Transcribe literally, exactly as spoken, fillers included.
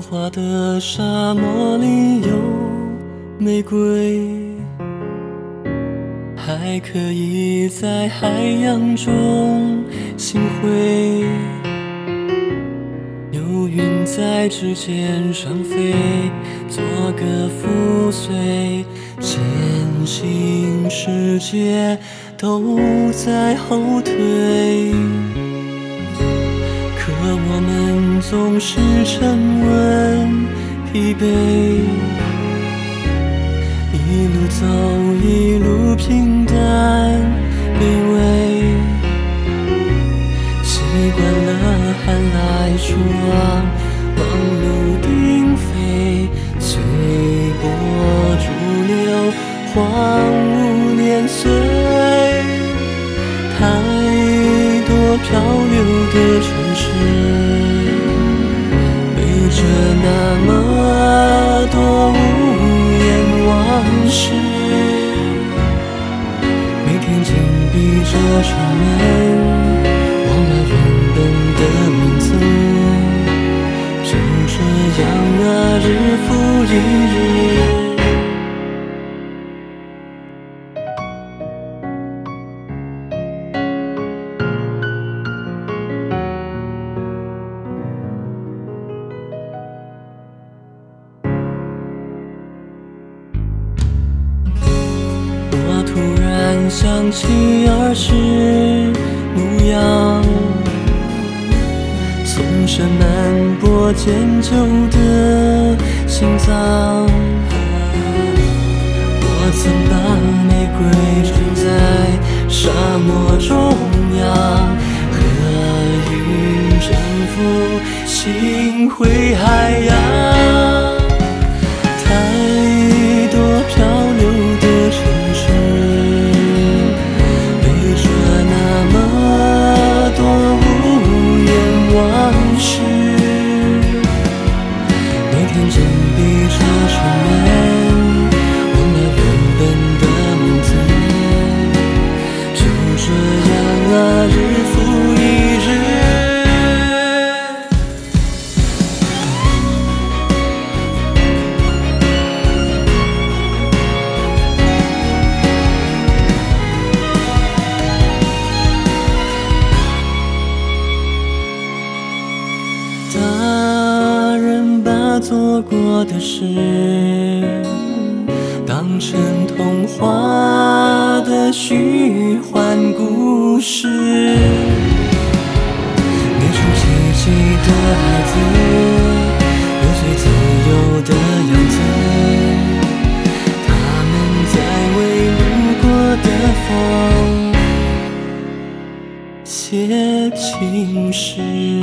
花的沙漠里有玫瑰，还可以在海洋中心会。有云在指尖上飞，做个覆碎，前行世界都在后退。可我们总是沉稳疲惫，一路走一路平淡卑微，习惯了寒来暑往，忙碌并非随波逐流，荒芜年岁。太多漂流的城市，背着那么多无言往事，每天紧闭着城门，忘了原本的名字，就这样啊，日复一日。我突然想起儿时模样，从山脉波渐旧的心脏，我曾把玫瑰种在沙漠中央，和云征服心灰海洋。太多漂流的城市，背着那么多无言往事，每天紧闭着城门，忘了原本的名字，就这样啊，日复一日。大人把做过的事当成童话的虚幻故事，没出奇迹的孩子有最自由的样子，他们在为路过的风写情诗。